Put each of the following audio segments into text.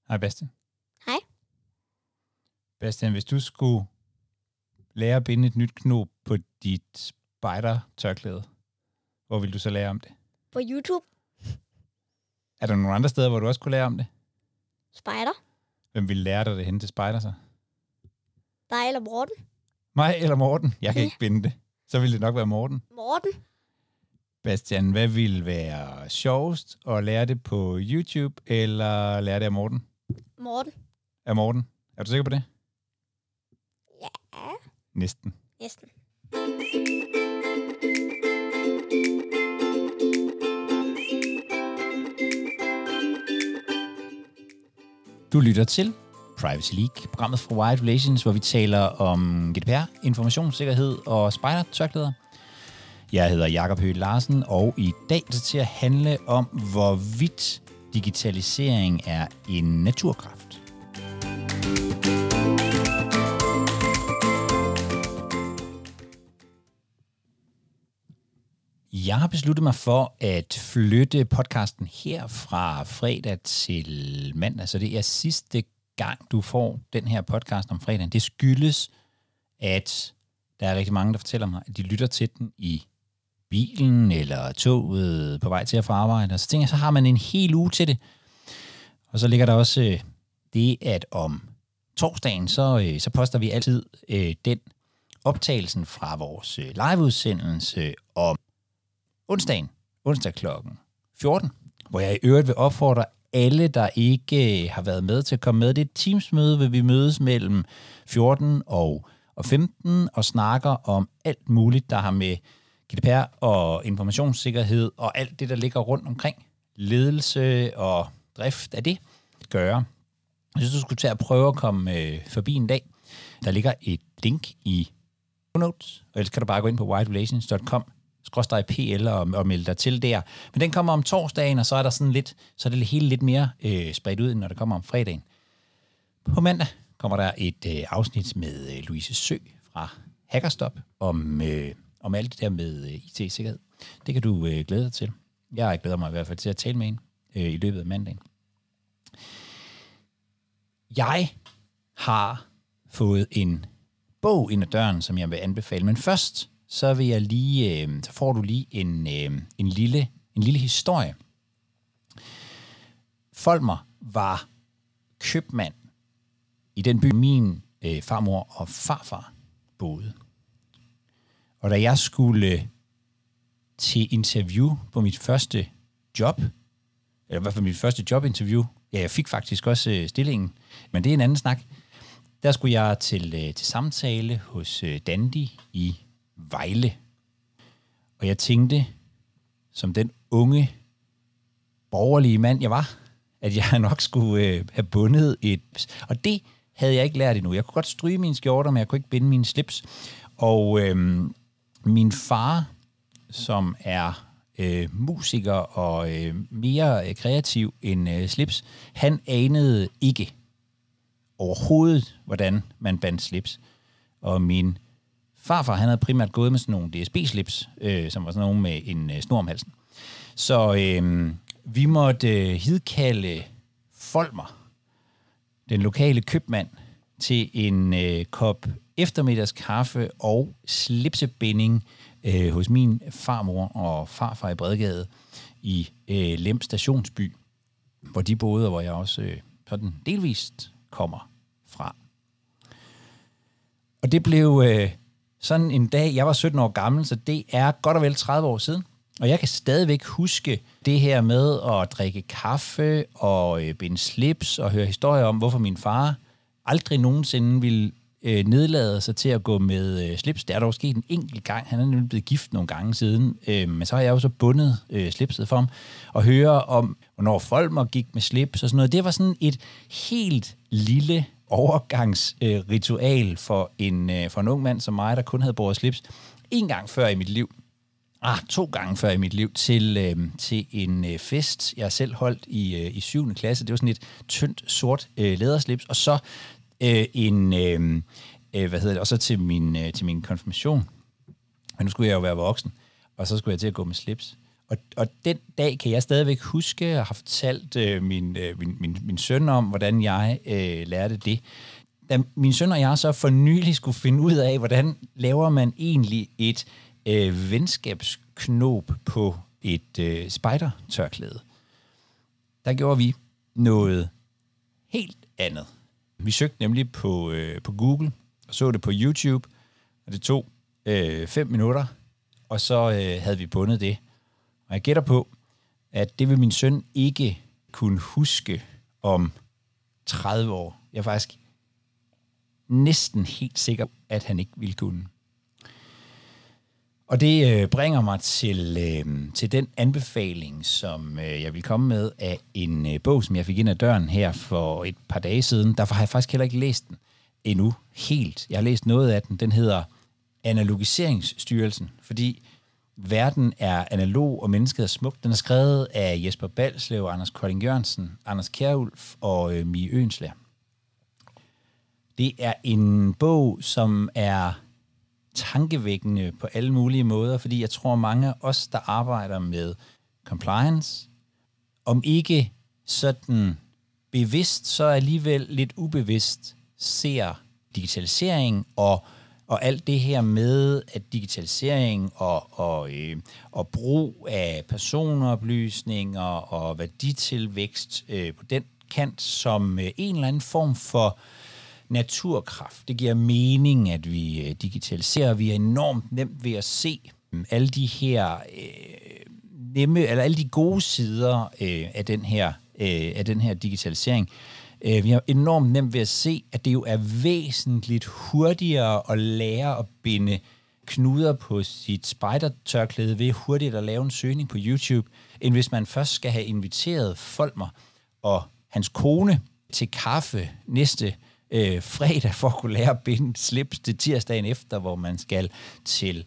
Hej Bastian. Hej. Bastian, hvis du skulle lære at binde et nyt knop på dit spejdertørklæde, hvor vil du så lære om det? På YouTube. Er der nogle andre steder, hvor du også kunne lære om det? Spejder. Hvem ville lære dig det hen til spejder så? Dig eller Morten? Mig eller Morten? Jeg kan ikke binde det. Så ville det nok være Morten. Morten. Bastian, hvad ville være sjovest at lære det på YouTube, eller lære det af Morten? Morten. Af Morten? Er du sikker på det? Ja. Næsten. Du lytter til Privacy League, programmet fra Wired Relations, hvor vi taler om GDPR, informationssikkerhed og spejdertørklæder. Jeg hedder Jakob Høgh Larsen, og i dag er det til at handle om, hvorvidt digitalisering er en naturkraft. Jeg har besluttet mig for at flytte podcasten her fra fredag til mandag, så det er sidste gang, du får den her podcast om fredagen. Det skyldes, at der er rigtig mange, der fortæller mig, at de lytter til den i bilen eller toget på vej til at få arbejde. Og så tænker jeg, så har man en hel uge til det. Og så ligger der også det, at om torsdagen, så poster vi altid den optagelsen fra vores liveudsendelse om onsdag klokken 14, hvor jeg i øvrigt vil opfordre alle, der ikke har været med til at komme med. Det er et Teams-møde, hvor vi mødes mellem 14 og 15 og snakker om alt muligt, der har med GDPR og informationssikkerhed og alt det, der ligger rundt omkring ledelse og drift af det at gøre. Jeg synes, du skulle tage at prøve at komme forbi en dag. Der ligger et link i notes, og ellers kan du bare gå ind på wiredrelations.com/pl og melde dig til der. Men den kommer om torsdagen, og så er der sådan lidt, så er det hele lidt mere spredt ud, end når det kommer om fredagen. På mandag kommer der et afsnit med Louise Sø fra Hackerstop om alt det der med IT-sikkerhed. Det kan du glæde dig til. Jeg glæder mig i hvert fald til at tale med hende i løbet af mandagen. Jeg har fået en bog ind ad døren, som jeg vil anbefale. Men først, så vil jeg lige, så får du lige en lille historie. Folmer var købmand i den by, min farmor og farfar boede. Og da jeg skulle til interview på mit første job, eller i hvert fald mit første jobinterview, ja, jeg fik faktisk også stillingen, men det er en anden snak, der skulle jeg til samtale hos Dandy i Vejle. Og jeg tænkte, som den unge, borgerlige mand, jeg var, at jeg nok skulle have bundet et... Og det havde jeg ikke lært endnu. Jeg kunne godt stryge mine skjorter, men jeg kunne ikke binde mine slips. Og min far, som er musiker og mere kreativ end slips, han anede ikke overhovedet, hvordan man bandt slips. Og min farfar, han havde primært gået med sådan nogle DSB-slips, som var sådan nogle med en snor om halsen. Så vi måtte hidkalde Folmer, den lokale købmand, til en kop eftermiddagskaffe og slipsebinding hos min farmor og farfar i Bredgade i Lem Stationsby, hvor de boede, og hvor jeg også sådan delvist kommer fra. Og det blev sådan en dag, jeg var 17 år gammel, så det er godt og vel 30 år siden. Og jeg kan stadigvæk huske det her med at drikke kaffe og binde slips og høre historier om, hvorfor min far aldrig nogensinde ville nedlade sig til at gå med slips. Det er dog sket en enkelt gang. Han er nemlig blevet gift nogle gange siden. Men så har jeg jo så bundet slipset for ham og høre om, hvornår Folmer gik med slips og sådan noget. Det var sådan et helt lille overgangsritual for en ung mand som mig, der kun havde båret slips en gang før i mit liv. 2 gange før i mit liv til en fest, jeg selv holdt i 7. klasse. Det var sådan et tyndt, sort læderslips, og så og så til min konfirmation. Men nu skulle jeg jo være voksen, og så skulle jeg til at gå med slips. Og den dag kan jeg stadigvæk huske, og har fortalt min søn om, hvordan jeg lærte det. Da min søn og jeg så for nylig skulle finde ud af, hvordan laver man egentlig et venskabsknop på et spejdertørklæde. Der gjorde vi noget helt andet. Vi søgte nemlig på Google og så det på YouTube, og det tog 5 minutter, og så havde vi bundet det. Og jeg gætter på, at det vil min søn ikke kunne huske om 30 år. Jeg er faktisk næsten helt sikker, at han ikke ville kunne. Og det bringer mig til den anbefaling, som jeg vil komme med af en bog, som jeg fik ind ad døren her for et par dage siden. Derfor har jeg faktisk heller ikke læst den endnu helt. Jeg har læst noget af den. Den hedder Analogiseringsstyrelsen, fordi verden er analog, og mennesket er smukt. Den er skrevet af Jesper Balslev, Anders Kolding Jørgensen, Anders Kjærulf og Mie Øenslær. Det er en bog, som er tankevækkende på alle mulige måder, fordi jeg tror, mange af os, der arbejder med compliance, om ikke sådan bevidst, så alligevel lidt ubevidst ser digitalisering og alt det her med, at digitalisering og brug af personoplysninger og værditilvækst på den kant som en eller anden form for naturkraft. Det giver mening, at vi digitaliserer. Vi er enormt nemt ved at se alle de her eller alle de gode sider af den her digitalisering. Vi har enormt nemt ved at se, at det jo er væsentligt hurtigere at lære at binde knuder på sit spejdertørklæde ved hurtigt at lave en søgning på YouTube, end hvis man først skal have inviteret Folmer og hans kone til kaffe næste fredag for at kunne lære at binde slips til tirsdagen efter, hvor man skal til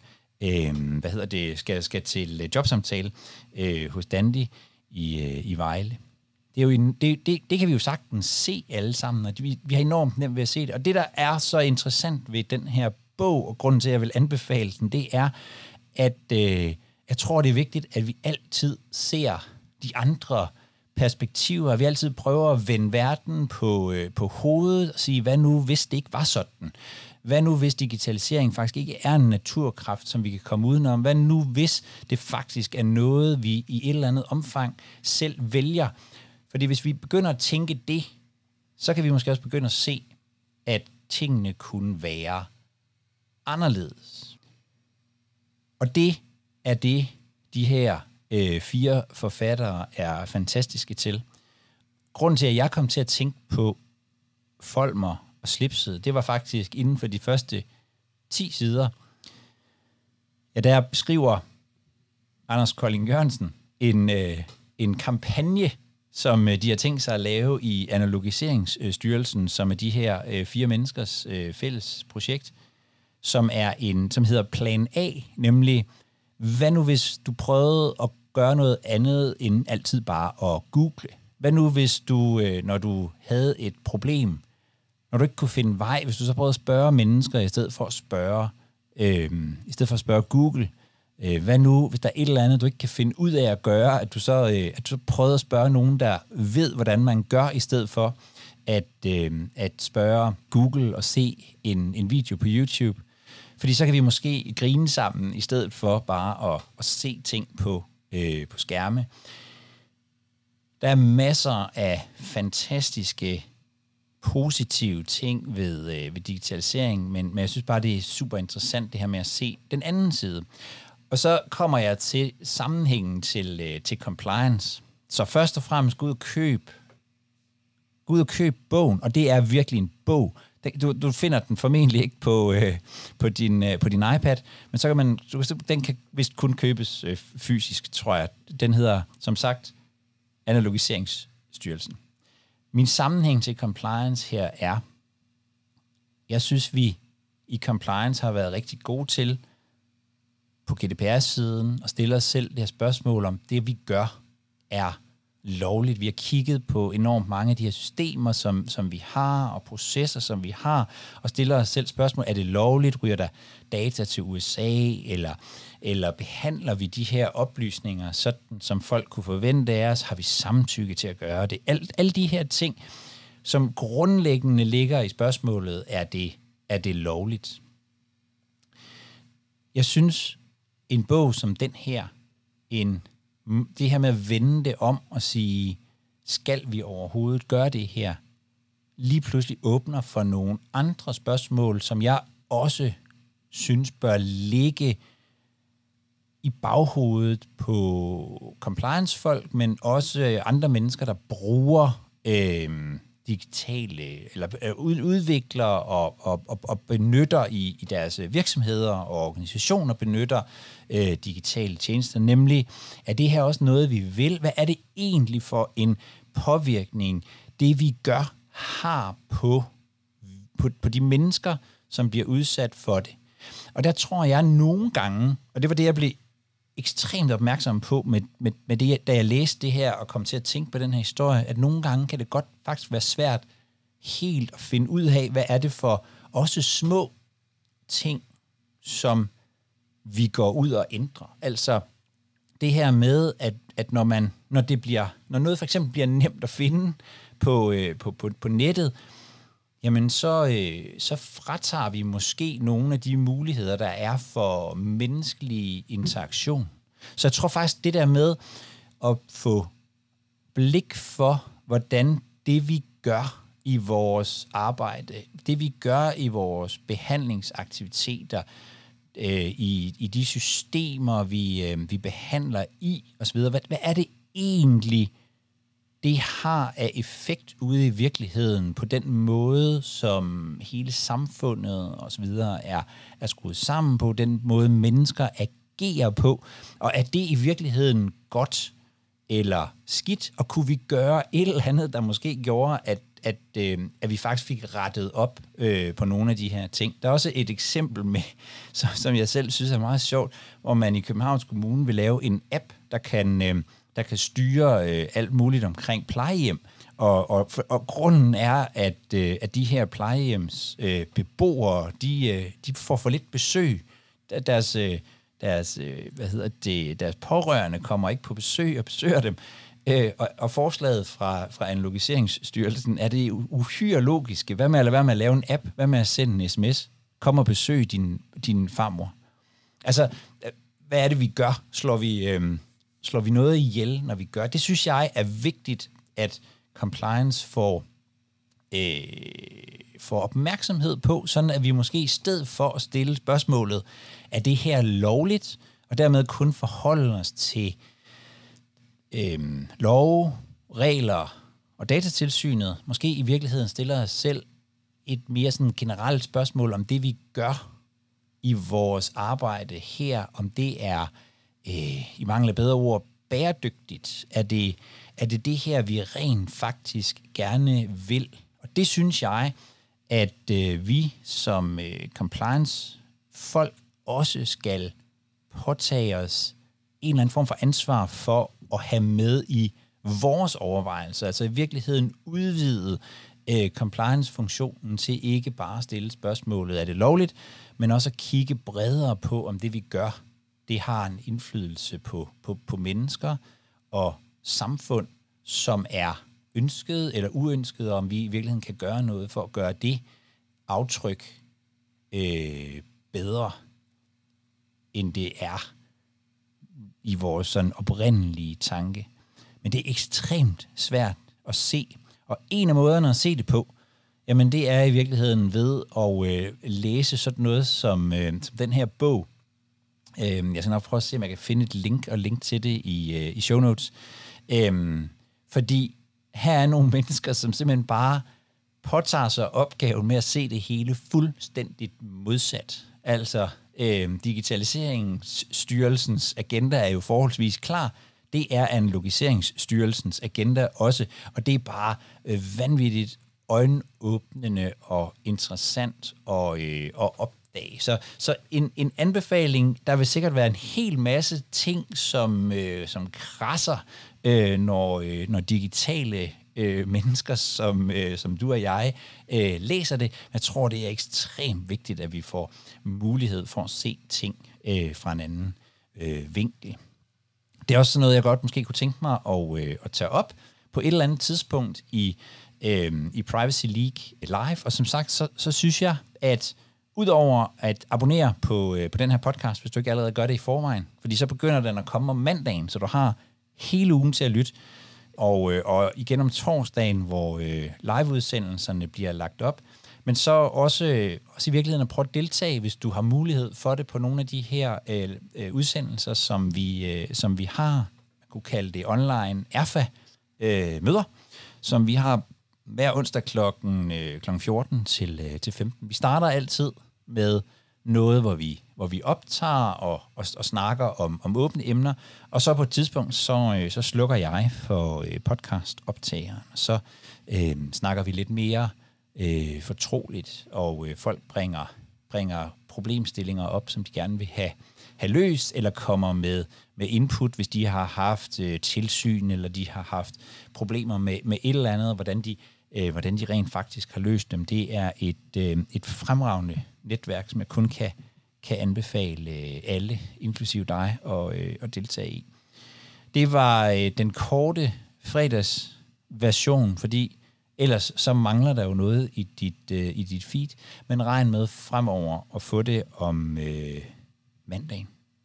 skal til jobsamtale hos Dandy i Vejle. Det, er jo det kan vi jo sagtens se alle sammen, og vi har enormt nemt ved at se det. Og det, der er så interessant ved den her bog, og grunden til, at jeg vil anbefale den, det er, at jeg tror, det er vigtigt, at vi altid ser de andre perspektiver. Vi altid prøver at vende verden på hovedet og sige, hvad nu, hvis det ikke var sådan? Hvad nu, hvis digitalisering faktisk ikke er en naturkraft, som vi kan komme udenom? Hvad nu, hvis det faktisk er noget, vi i et eller andet omfang selv vælger? Fordi hvis vi begynder at tænke det, så kan vi måske også begynde at se, at tingene kunne være anderledes. Og det er det, de her 4 forfattere er fantastiske til. Grunden til, at jeg kom til at tænke på Folmer og slipset, det var faktisk inden for de første 10 sider. Ja, der beskriver Anders Kolding Jørgensen en kampagne, som de har tænkt sig at lave i Analogiseringsstyrelsen, som er de her 4 menneskers fælles projekt, som hedder Plan A, nemlig hvad nu hvis du prøvede at gøre noget andet end altid bare at google? Hvad nu hvis du, når du havde et problem, når du ikke kunne finde vej, hvis du så prøvede at spørge mennesker i stedet for at spørge Google? Hvad nu, hvis der er et eller andet, du ikke kan finde ud af at gøre, at du så prøvede at spørge nogen, der ved, hvordan man gør, i stedet for at spørge Google og se en video på YouTube? Fordi så kan vi måske grine sammen, i stedet for bare at se ting på skærme. Der er masser af fantastiske, positive ting ved digitalisering, men jeg synes bare, det er super interessant, det her med at se den anden side. Og så kommer jeg til sammenhængen til compliance. Så først og fremmest gå ud og køb bogen, og det er virkelig en bog. Du finder den formentlig ikke på din iPad, men så den kan vist kun købes fysisk, tror jeg. Den hedder, som sagt, Analogiseringsstyrelsen. Min sammenhæng til compliance her er, jeg synes, vi i compliance har været rigtig gode til på GDPR-siden at stille os selv det her spørgsmål om, det vi gør er lovligt. Vi har kigget på enormt mange af de her systemer, som vi har, og processer, som vi har, og stiller os selv spørgsmål, er det lovligt? Ryger der data til USA, eller behandler vi de her oplysninger, sådan som folk kunne forvente af os? Har vi samtykke til at gøre det? Alle de her ting, som grundlæggende ligger i spørgsmålet, er det lovligt? Jeg synes, en bog som den her, det her med at vende det om og sige, skal vi overhovedet gøre det her, lige pludselig åbner for nogle andre spørgsmål, som jeg også synes bør ligge i baghovedet på compliance-folk, men også andre mennesker, der bruger digitale, eller udvikler og benytter i deres virksomheder og organisationer benytter digitale tjenester, nemlig, er det her også noget, vi vil? Hvad er det egentlig for en påvirkning, det vi gør, har på de mennesker, som bliver udsat for det? Og der tror jeg nogle gange, og det var det, jeg blev ekstremt opmærksom på med det, da jeg læste det her og kom til at tænke på den her historie, at nogle gange kan det godt faktisk være svært helt at finde ud af, hvad er det for også små ting, som vi går ud og ændrer. Altså det her med, at når noget for eksempel bliver nemt at finde på nettet, jamen så fratager vi måske nogle af de muligheder, der er for menneskelig interaktion. Så jeg tror faktisk, det der med at få blik for, hvordan det vi gør i vores arbejde, det vi gør i vores behandlingsaktiviteter, i de systemer, vi behandler i osv., hvad er det egentlig, det har af effekt ude i virkeligheden på den måde, som hele samfundet og så videre er skruet sammen på, den måde mennesker agerer på, og er det i virkeligheden godt eller skidt, og kunne vi gøre et eller andet, der måske gjorde, at vi faktisk fik rettet op på nogle af de her ting. Der er også et eksempel med, som jeg selv synes er meget sjovt, hvor man i Københavns Kommune vil lave en app, der kan styre alt muligt omkring plejehjem. Og grunden er, at de her plejehjemsbeboere, de får for lidt besøg. Deres pårørende kommer ikke på besøg og besøger dem. Og forslaget fra Analogiseringsstyrelsen er det uhyre logiske. Hvad med at lade være med at lave en app? Hvad med at sende en sms? Kom og besøg din farmor. Altså, hvad er det, vi gør? Slår vi noget ihjel, når vi gør? Det synes jeg er vigtigt, at compliance får opmærksomhed på, sådan at vi måske i stedet for at stille spørgsmålet, er det her lovligt? Og dermed kun forholde os til love, regler og datatilsynet, måske i virkeligheden stiller os selv et mere sådan generelt spørgsmål om det, vi gør i vores arbejde her, om det er, i mangel af bedre ord, bæredygtigt. Er det her, vi rent faktisk gerne vil? Og det synes jeg, at vi som compliance-folk også skal påtage os en eller anden form for ansvar for at have med i vores overvejelser, altså i virkeligheden udvide compliance-funktionen til ikke bare at stille spørgsmålet, er det lovligt, men også at kigge bredere på, om det vi gør, det har en indflydelse på mennesker og samfund, som er ønsket eller uønsket, og om vi i virkeligheden kan gøre noget for at gøre det aftryk bedre, end det er i vores sådan oprindelige tanke. Men det er ekstremt svært at se. Og en af måderne at se det på, jamen det er i virkeligheden ved at læse sådan noget som den her bog. Jeg skal nok prøve at se, om jeg kan finde et link til det i show notes. Fordi her er nogle mennesker, som simpelthen bare påtager sig opgaven med at se det hele fuldstændigt modsat. Altså, Digitaliseringsstyrelsens agenda er jo forholdsvis klar. Det er Analogiseringsstyrelsens agenda også, og det er bare vanvittigt øjenåbnende og interessant dag. Så en anbefaling, der vil sikkert være en hel masse ting, som krasser, når digitale mennesker, som du og jeg, læser det. Jeg tror, det er ekstremt vigtigt, at vi får mulighed for at se ting fra en anden vinkel. Det er også noget, jeg godt måske kunne tænke mig at tage op på et eller andet tidspunkt i Privacy League live. Og som sagt, så synes jeg, at udover at abonnere på den her podcast, hvis du ikke allerede gør det i forvejen, fordi så begynder den at komme om mandagen, så du har hele ugen til at lytte. Og igen om torsdagen, hvor liveudsendelserne bliver lagt op. Men så også i virkeligheden at prøve at deltage, hvis du har mulighed for det på nogle af de her udsendelser, som vi har, man kunne kalde det online ERFA-møder, som vi har hver onsdag klokken 14 til 15. Vi starter altid med noget, hvor vi optager og snakker om åbne emner, og så på et tidspunkt, så slukker jeg for podcastoptageren, og så snakker vi lidt mere fortroligt, og folk bringer problemstillinger op, som de gerne vil have løst, eller kommer med input, hvis de har haft tilsyn, eller de har haft problemer med et eller andet, hvordan de rent faktisk har løst dem. Det er et fremragende netværk, som jeg kun kan anbefale alle, inklusive dig, at deltage i. Det var den korte fredagsversion, fordi ellers så mangler der jo noget i dit feed, men regn med fremover at få det om mandagen.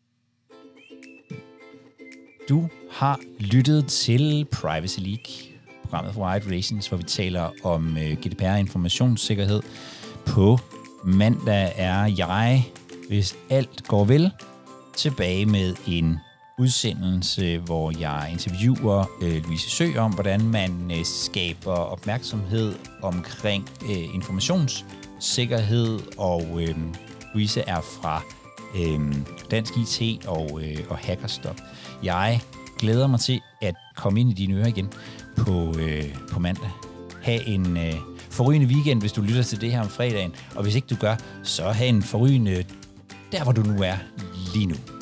Du har lyttet til Privacy League, programmet for Wired Relations, hvor vi taler om GDPR-informationssikkerhed. På mandag er jeg, hvis alt går vel, tilbage med en udsendelse, hvor jeg interviewer Louise Sø om, hvordan man skaber opmærksomhed omkring informationssikkerhed, og Louise er fra Dansk IT og Hackerstop. Jeg glæder mig til at komme ind i dine ører igen på mandag. Ha' en forrygende weekend, hvis du lytter til det her om fredagen, og hvis ikke du gør, så ha' en forrygende der, hvor du nu er lige nu.